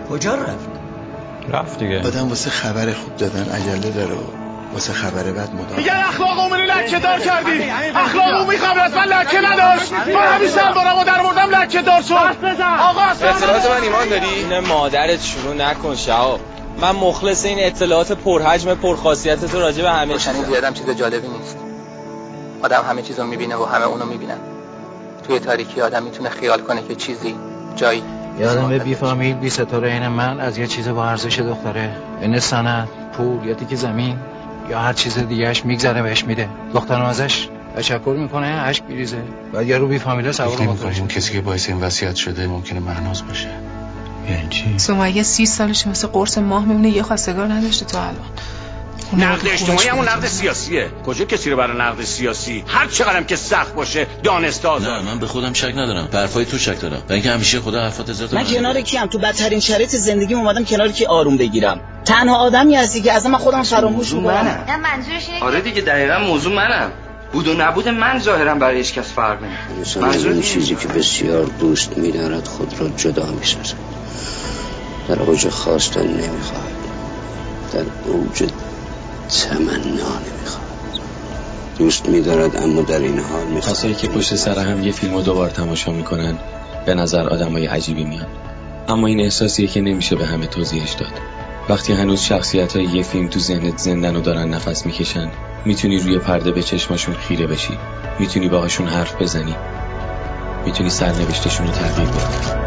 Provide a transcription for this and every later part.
کجا رفت دیگه. آدم واسه خبر خوب دادن عجله داره و واسه خبر بد مدام. میگن اخلاقمون لکه دار کردی. اخلاقمون قبل از من لکه نداشت. من همیشه هم بارم و در موردم لکه دار شد. آقا اطلاعات من ایمان داری؟ این مادرت شروع نکن شهاب. من مخلص این اطلاعات پرحجم پرخاصیت تو راجع به همه روشنی زیادم چیز جالبی نیست. آدم همه چیزو میبینه و همه اونو میبینن. توی تاریکی آدم میتونه خیال کنه که چیزی جایی یادم بی فامیل بی ستاره این من از یه چیز با ارزش دختره این سند پول یا تیک زمین یا هر چیز دیگهش میگذره بهش میده. دخترم ازش تشکر میکنه اشک میریزه بعد یه رو بی فامیله سوار موتورش. کسی که باعث این وصیت شده ممکنه مهناز باشه. یعنی چی؟ سمیه 30 سالشه مثل قرص ماه میمونه یه خواستگار نداشته تا الان. نقد اجتماعی همون نقد سیاسیه. کجا کسی رو برای نقد سیاسی هر چقدرم که سخت باشه دانسته آزاد. نه من به خودم شک ندارم. به حرفای تو شک دارم. و اینکه همیشه خدا حرفات هزار تا من کنار کیم تو بدترین شرایط زندگی اومدم کنار کی آروم بگیرم. تنها آدمی هستی که از من خودم فراموش می‌کنم. نه منظورش اینه. آره دیگه دقیقاً موضوع منم. بود و نبود من ظاهرا برای هیچ کس فرق نمی‌کنه. منظور این چیزی که بسیار دوست می‌دارد خود را جدا می‌سازد. در اوج خواستن نمی‌خواهد. در اوج تمنا نمیخواد. دوست می‌دارد اما در این حال می‌خواد. کسایی که پشت سر هم یه فیلمو دوبار تماشا میکنن به نظر آدمای عجیبی میان. اما این احساسیه که نمیشه به همه توضیحش داد. وقتی هنوز شخصیت‌های یه فیلم تو ذهنت زندن و دارن نفس میکشن، میتونی روی پرده به چشماشون خیره بشی. میتونی باهاشون حرف بزنی. میتونی سرنوشتشون رو تغییر بدی.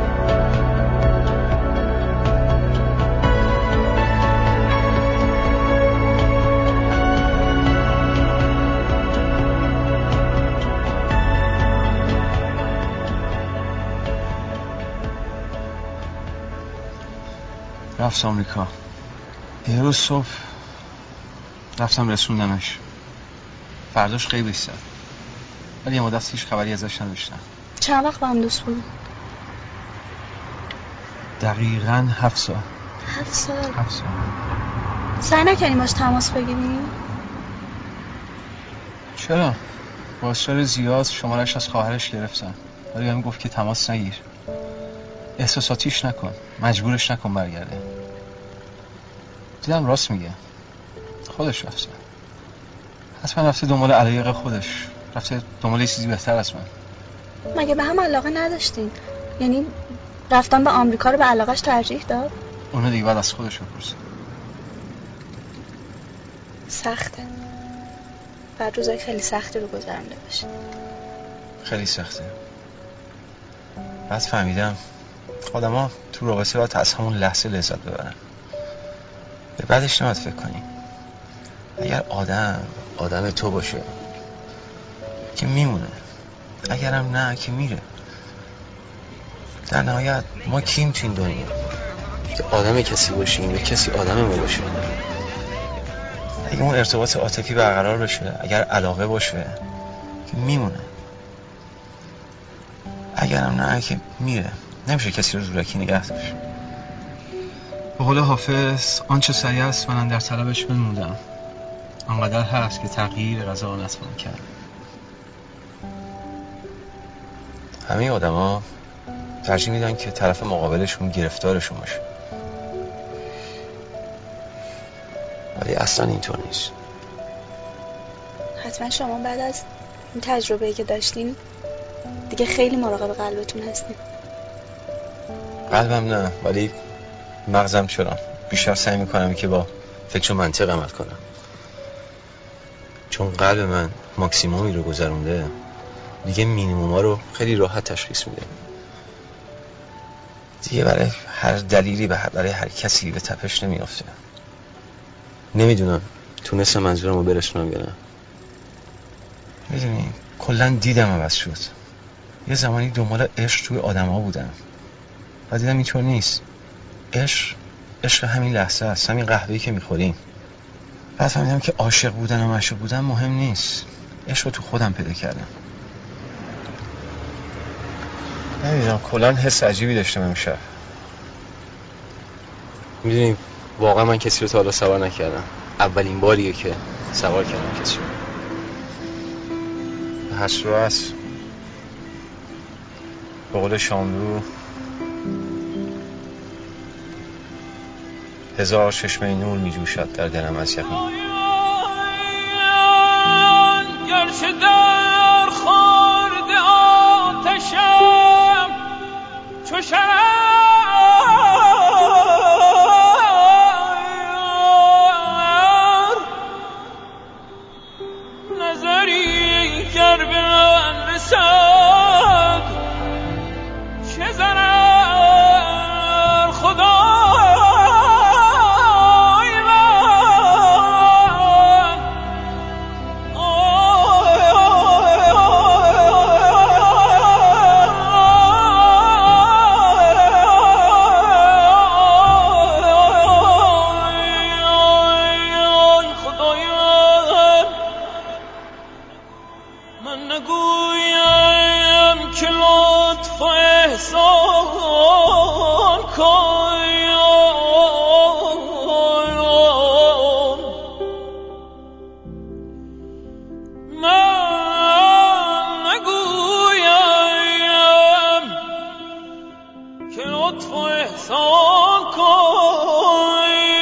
رفت آمریکا. یه روز صبح رفتم رسوندمش. فرداش غیبش زد. ولی یه مدت هیچ خبری ازش نداشتم. چند وقت با هم دوست بودیم؟ دقیقاً 7 سال. 7 سال؟ 7 سال. سعی نکنیم باش تماس بگیریم؟ چرا؟ با اصرار زیاد شمارش از خواهرش گرفتم. ولی بهم گفت که تماس نگیر. احساساتیش نکن. مجبورش نکن برگرده. دیدم راست میگه. خودش رفته. حتما رفته دنبال علایق خودش. رفته دنبال یه چیزی بهتر از من. مگه به هم علاقه نداشتین؟ یعنی رفتن به آمریکا رو به علاقش ترجیح داد؟ اونو دیگه بعد از خودش بپرسه. سخته. بعد روزای خیلی سختی رو گذرونده باشه. خیلی سخته. بعد فهمیدم آدم ها تو رابطه باید از همون لحظه لذت ببرن. به بعدش نمید فکر کنی. اگر آدم تو باشه که میمونه، اگرم نه که میره. در نهایت ما کیم تو این دنیا که آدم کسی باشیم یا کسی آدم ما باشه. اگه اون ارتباط عاطفی برقرار بشه، اگر علاقه باشه که میمونه، اگرم نه که میره. نمیشه کسی رو زورکی نگه داشت. به قول حافظ آنچه سریع است من در طلبش بنمودم، آنقدر هست که تغییر رضا نتوان کرد. همه آدم ها ترجیح میدن که طرف مقابلشون گرفتارشون باشه، ولی اصلا اینطور نیست. حتما شما بعد از این تجربه‌ای که داشتین دیگه خیلی مراقب قلبتون هستین. قلبم نه، ولی مغزم چرا بیشتر سعی میکنم که با فکر و منطق عمل کنم، چون قلب من ماکسیمومی رو گذرونده. دیگه مینیموما رو خیلی راحت تشخیص میده. دیگه برای هر دلیلی برای هر کسی به تپش نمیافته. نمیدونم تونستم منظورم رو برسونم یا نه. میدونی کلا دیدم عوض شد. یه زمانی دنبال عشق توی آدم ها بودم و دیدم اینطور نیست. عشق همین لحظه است، همین قهوه‌ای که میخوریم. بعد فهمیدم که عاشق بودن و معشوق بودن مهم نیست. عشق رو تو خودم پیدا کردم. نمیدونم کلا حس عجیبی داشتم امشب. میدونی واقعا من کسی رو تا حالا سوار نکردم. اولین باریه که سوار کردم کسی رو. هست رو هست. به قول شاملو 1000 چشمه نور می جوشد در دلم از یقین. گرچه در خورد آتشم چو شرر نظری گر به من رسد چه ضرر خدای من نگویم که لطف و احسان کن من نگویم که لطف و احسان کن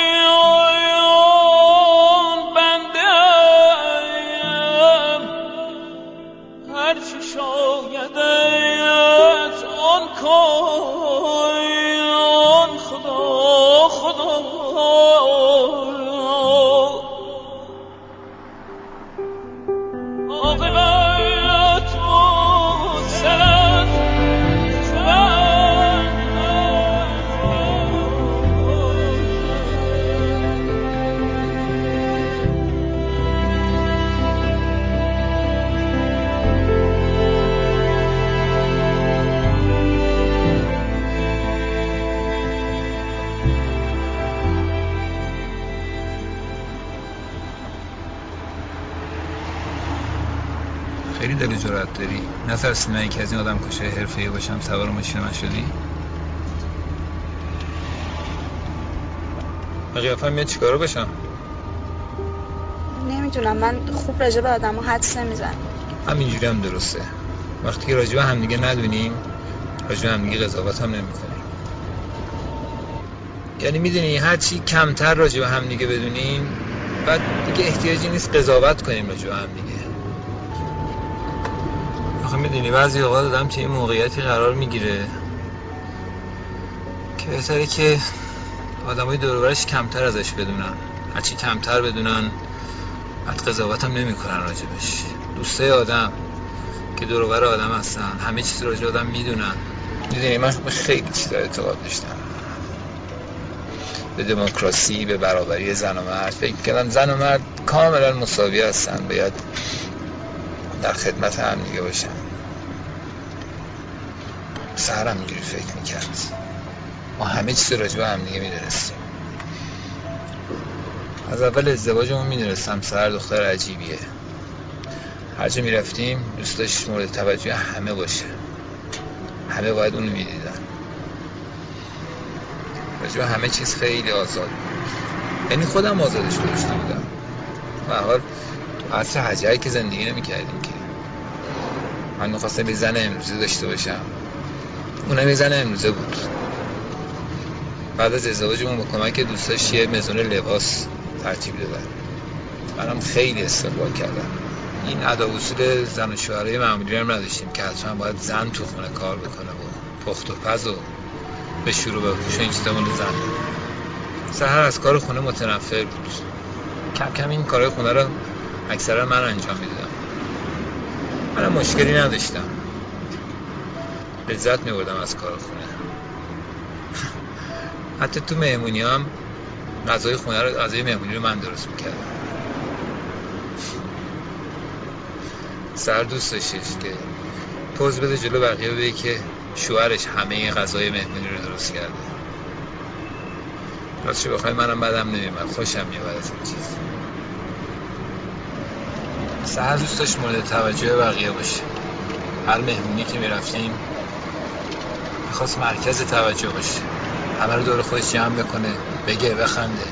بنده‌ام هرچی شایدت آن کن خدا خدا عاقبت مبصرت خیلی دل جرأت داری. نترسی من یکی از این آدم کشه حرفه‌ای باشم سوار ماشین من شدی؟ به قیافم میاد چیکارو بشم؟ نمیدونم، من خوب راجع به آدم‌ها حدس نمیزنم. همینجوری هم درسته. وقتی که راجع به همدیگه ندونیم راجع به همدیگه قضاوت هم نمی‌کنیم. یعنی میدونی هرچی کمتر راجع به همدیگه بدونیم بعد دیگه احتیاجی نیست قضاوت کنیم راجع به همدیگه. آخه میدونی بعضی اوقات آدم توی این موقعیتی قرار میگیره که بهتره که آدمای دور و برش کمتر ازش بدونن. هرچی کمتر بدونن بعد قضاوت هم نمی‌کنن راجبش. دوستای آدم که دور و بر آدم هستن همه چیز راجع به آدم میدونن. میدونی من به خیلی چیزا اعتقاد داشتم، به دموکراسی، به برابری زن و مرد. فکر کردم زن و مرد کاملا مساوی هستن، باید در خدمت هم دیگه باشن. سهرم اینجوری فکر میکرد. ما همه چیز راجع به هم دیگه میدونستیم. از اول ازدواجمون میدونستم سهر دختر عجیبیه. هر جا میرفتیم دوست داشت مورد توجه همه باشه، همه باید اونو میدیدن. راجع به همه چیز خیلی آزاد بود. یعنی خودم آزادش گذاشته بودم. به هر حال تو عصر حجری که زندگی نمی‌کردیم که. من می‌خواستم یه زن امروزه داشته باشم، اونم یه زن امروزه بود. بعد از ازدواجمون با کمک دوستاش یه مزون لباس ترتیب دادن. منم خیلی استقبال کردم. این ادا اصول زن و شوهرای معمولی هم نداشتیم که حتما باید زن تو خونه کار بکنه و پخت و پز و به شروع به پوش و این چیزا مال زن. سهر از کار خونه متنفر بود. کم کم این کارهای خونه رو اکثرا من انجام میدادم. منم مشکلی نداشتم، لذت میبردم از کار خونه. حتی تو مهمونی هم غذای خونه رو، غذای مهمونی رو من درست میکردم. سهر دوست داشتش که پوز بده جلو بقیه بگه که شوهرش همه غذای مهمونی رو درست کرده. راستش بخوای منم بدم نمیاد، خوشم میاد از این چیز. سهر دوست داشت مورد توجه بقیه باشه. هر مهمونی که میرفتیم میخواست مرکز توجه باشه، همه رو دور خودش جمع بکنه، بگه، بخنده.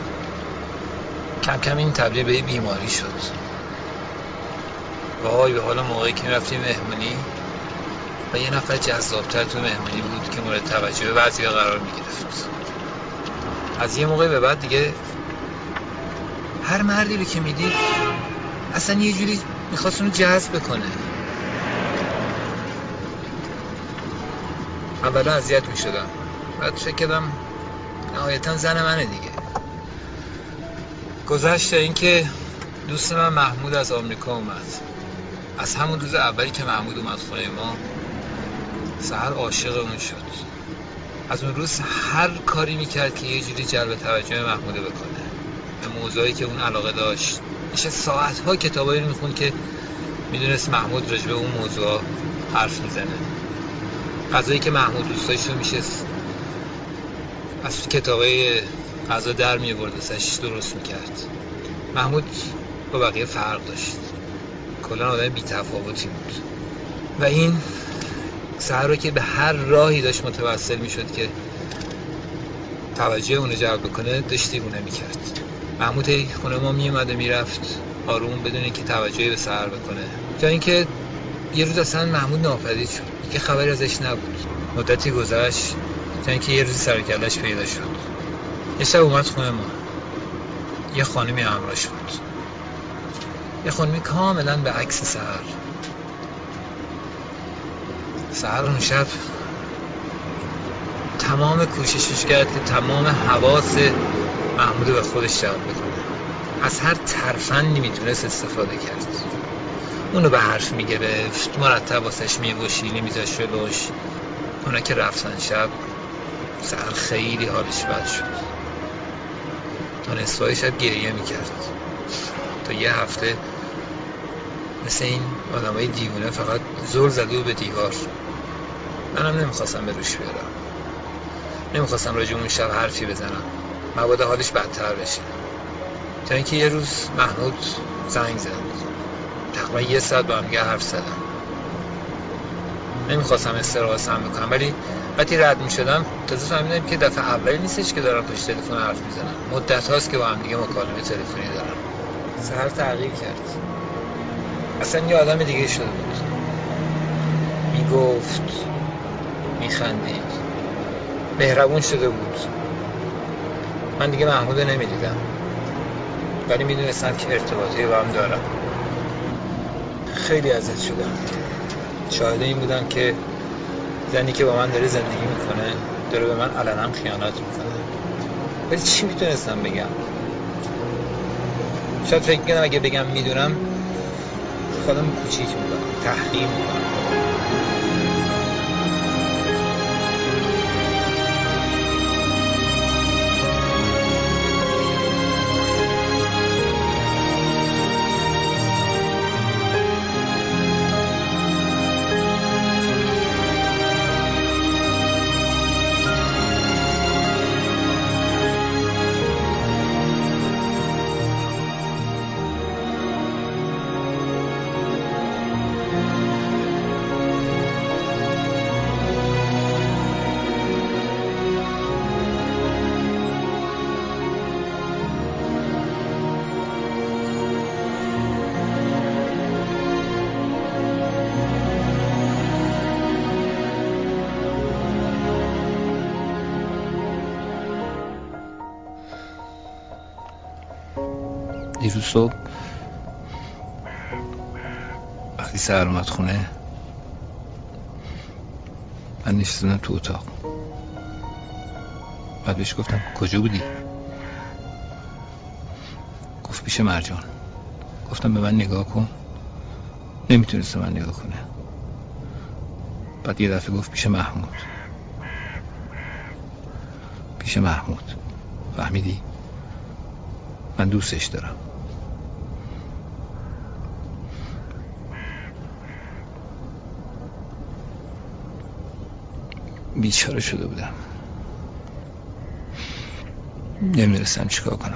کم کم این تبدیل به بیماری شد. وای به حال موقعی که میرفتیم مهمونی و یه نفر جذابتر تو مهمونی بود که مورد توجه بعضیا قرار میگرفت. از یه موقع به بعد دیگه هر مردی رو که میدید اصلا یه جوری میخواست اونو جذب بکنه. اولا اذیت میشدم، بعد فکر کردم نهایتا زن منه دیگه. گذشت این که دوست من محمود از آمریکا اومد. از همون روز اولی که محمود اومد خونه ما سحر عاشق اون شد. از اون روز هر کاری میکرد که یه جوری جلب توجه محمود بکنه به موضوعی که اون علاقه داشت. میشه ساعتها کتابایی رو میخوند که میدونست محمود راجع به اون موضوع حرف میزنه. غذایی که محمود دوست داشت رو میشه از کتابای غذا در می‌آورد و سش درست میکرد. محمود با بقیه فرق داشت، کلا آدم بی‌تفاوتی بود و این سحر رو که به هر راهی داشت متوسل میشد که توجه اونو جلب بکنه داشت دیوونه میکرد. محمود خونه ما میومد و میرفت آروم بدون اینکه توجهی به سحر بکنه، تا اینکه یه روز اصلا محمود ناپدید شد، دیگه خبری ازش نبود. مدتی گذشت تا اینکه یه روزی سر و کله‌اش پیدا شد. یه شب اومد خونه ما، یه خانمی همراهش بود، یه خانمی کاملا به عکس سحر اون شب تمام کوششش کرد که تمام حواس محمود به خودش جلب بکنه. از هر ترفندی میتونست استفاده کرد. اونو به حرف میگرفت، مرتب واسش میوشینی میذاشت جلوش. اونا که رفتن شب سحر خیلی حالش بد شد، تا نصفای شب گریه میکرد. تا یه هفته مثل این آدمای دیوونه فقط زل زده و به دیوار. منم نمیخواستم به روش بیارم، نمیخواستم راجع اون شب حرفی بزنم، مبادا حالش بدتر بشه. تا اینکه یه روز محمود زنگ زد، تقریبا 1 ساعت با هم دیگه حرف زدم. نمیخواستم استراحت بکنم، ولی وقتی رد میشدم تازه فهمیدم که دفعه اولی نیستش که دارم پشت تلفن حرف میزنم. مدت هاست که با هم دیگه مکالمه تلفنی دارم. سحر تغییر کرد، اصلا یه آدم دیگه شده بود. میگفت، میخندید، مهربون شده بود. من دیگه محمود رو نمیدیدم، ولی میدونستم که ارتباطی با هم دارم. خیلی اذیت شدم. شاهد این بودم که زنی که با من داره زندگی میکنه داره به من علنا خیانت میکنه. ولی چی میتونستم بگم؟ شاید فکر کنم اگه بگم میدونم خودم کوچیک میکنم، تحقیر میکنم. دیروز صبح وقتی سحر اومد خونه من نشستم تو اتاق. بعد بهش گفتم کجا بودی؟ گفت پیش مرجان. گفتم به من نگاه کن. نمیتونست من نگاه کنه. بعد یه دفعه گفت پیش محمود. پیش محمود. فهمیدی؟ من دوستش دارم. بیچاره شده بودم، نمیدونستم چیکار کنم.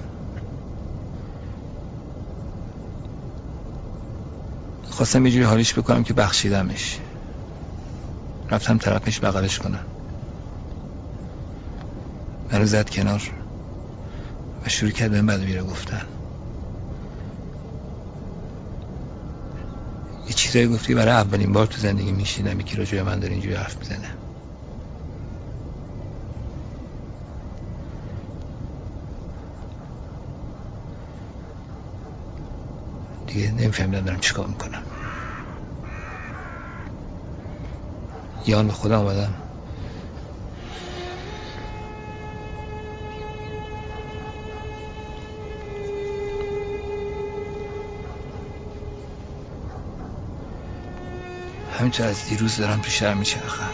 خواستم یه جوری حالیش بکنم که بخشیدمش. رفتم طرفش بغلش کنم. منو زد کنار و شروع کرد بهم بد میره گفتن. یه چیزایی گفتی برای اولین بار تو زندگی میشیدم یکی راجع به من داره اینجوری حرف میزنه. دیگه نمیفهمیدم دارم چیکار میکنم. یه آن به خودم آمدم همینطور از دیروز دارم تو شهر میچرخم.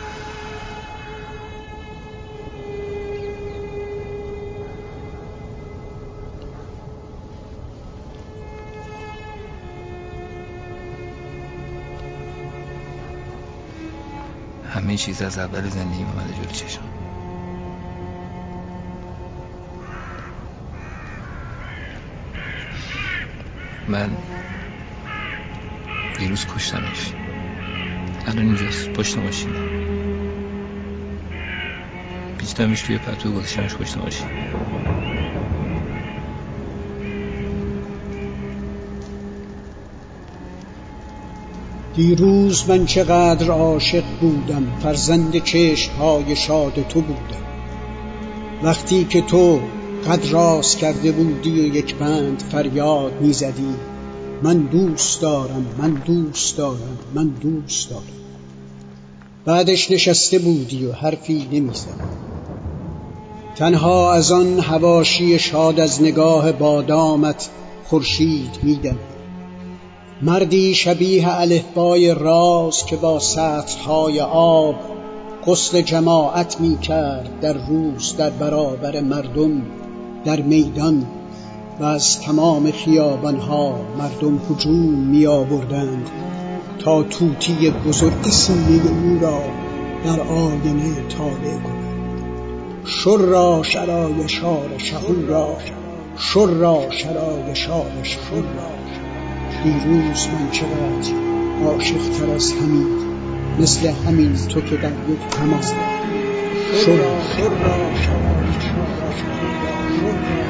همه چیز از اول زندگی اومده جلو چشم. من دیروز کشتمش. الان اینجاست پشت ماشین. پیچیدمش توی پتو گذاشتمش پشت ماشین. دیروز من چقدر عاشق بودم، فرزند چشم‌های شاد تو بودم. وقتی که تو قد راست کرده بودی و یک بند فریاد می‌زدی من دوست دارم، من دوست دارم، من دوست دارم. بعدش نشسته بودی و حرفی نمی‌زدی، تنها از آن حواشی شاد از نگاه بادامت خورشید می‌دمید. مردی شبیه الفبای راز که با سطرهای آب غسل جماعت می کرد در روز در برابر مردم در میدان و از تمام خیابانها مردم هجوم می آوردند تا طوطی بزرگ سینه او را در آینه طالع کنند. شر شرای شار شهورا، شر شرای شار شهورا. دیروز من چقدر عاشق تر از همین، مثل همین تو که در یک تماس شر شر شرای شار شهورا، شر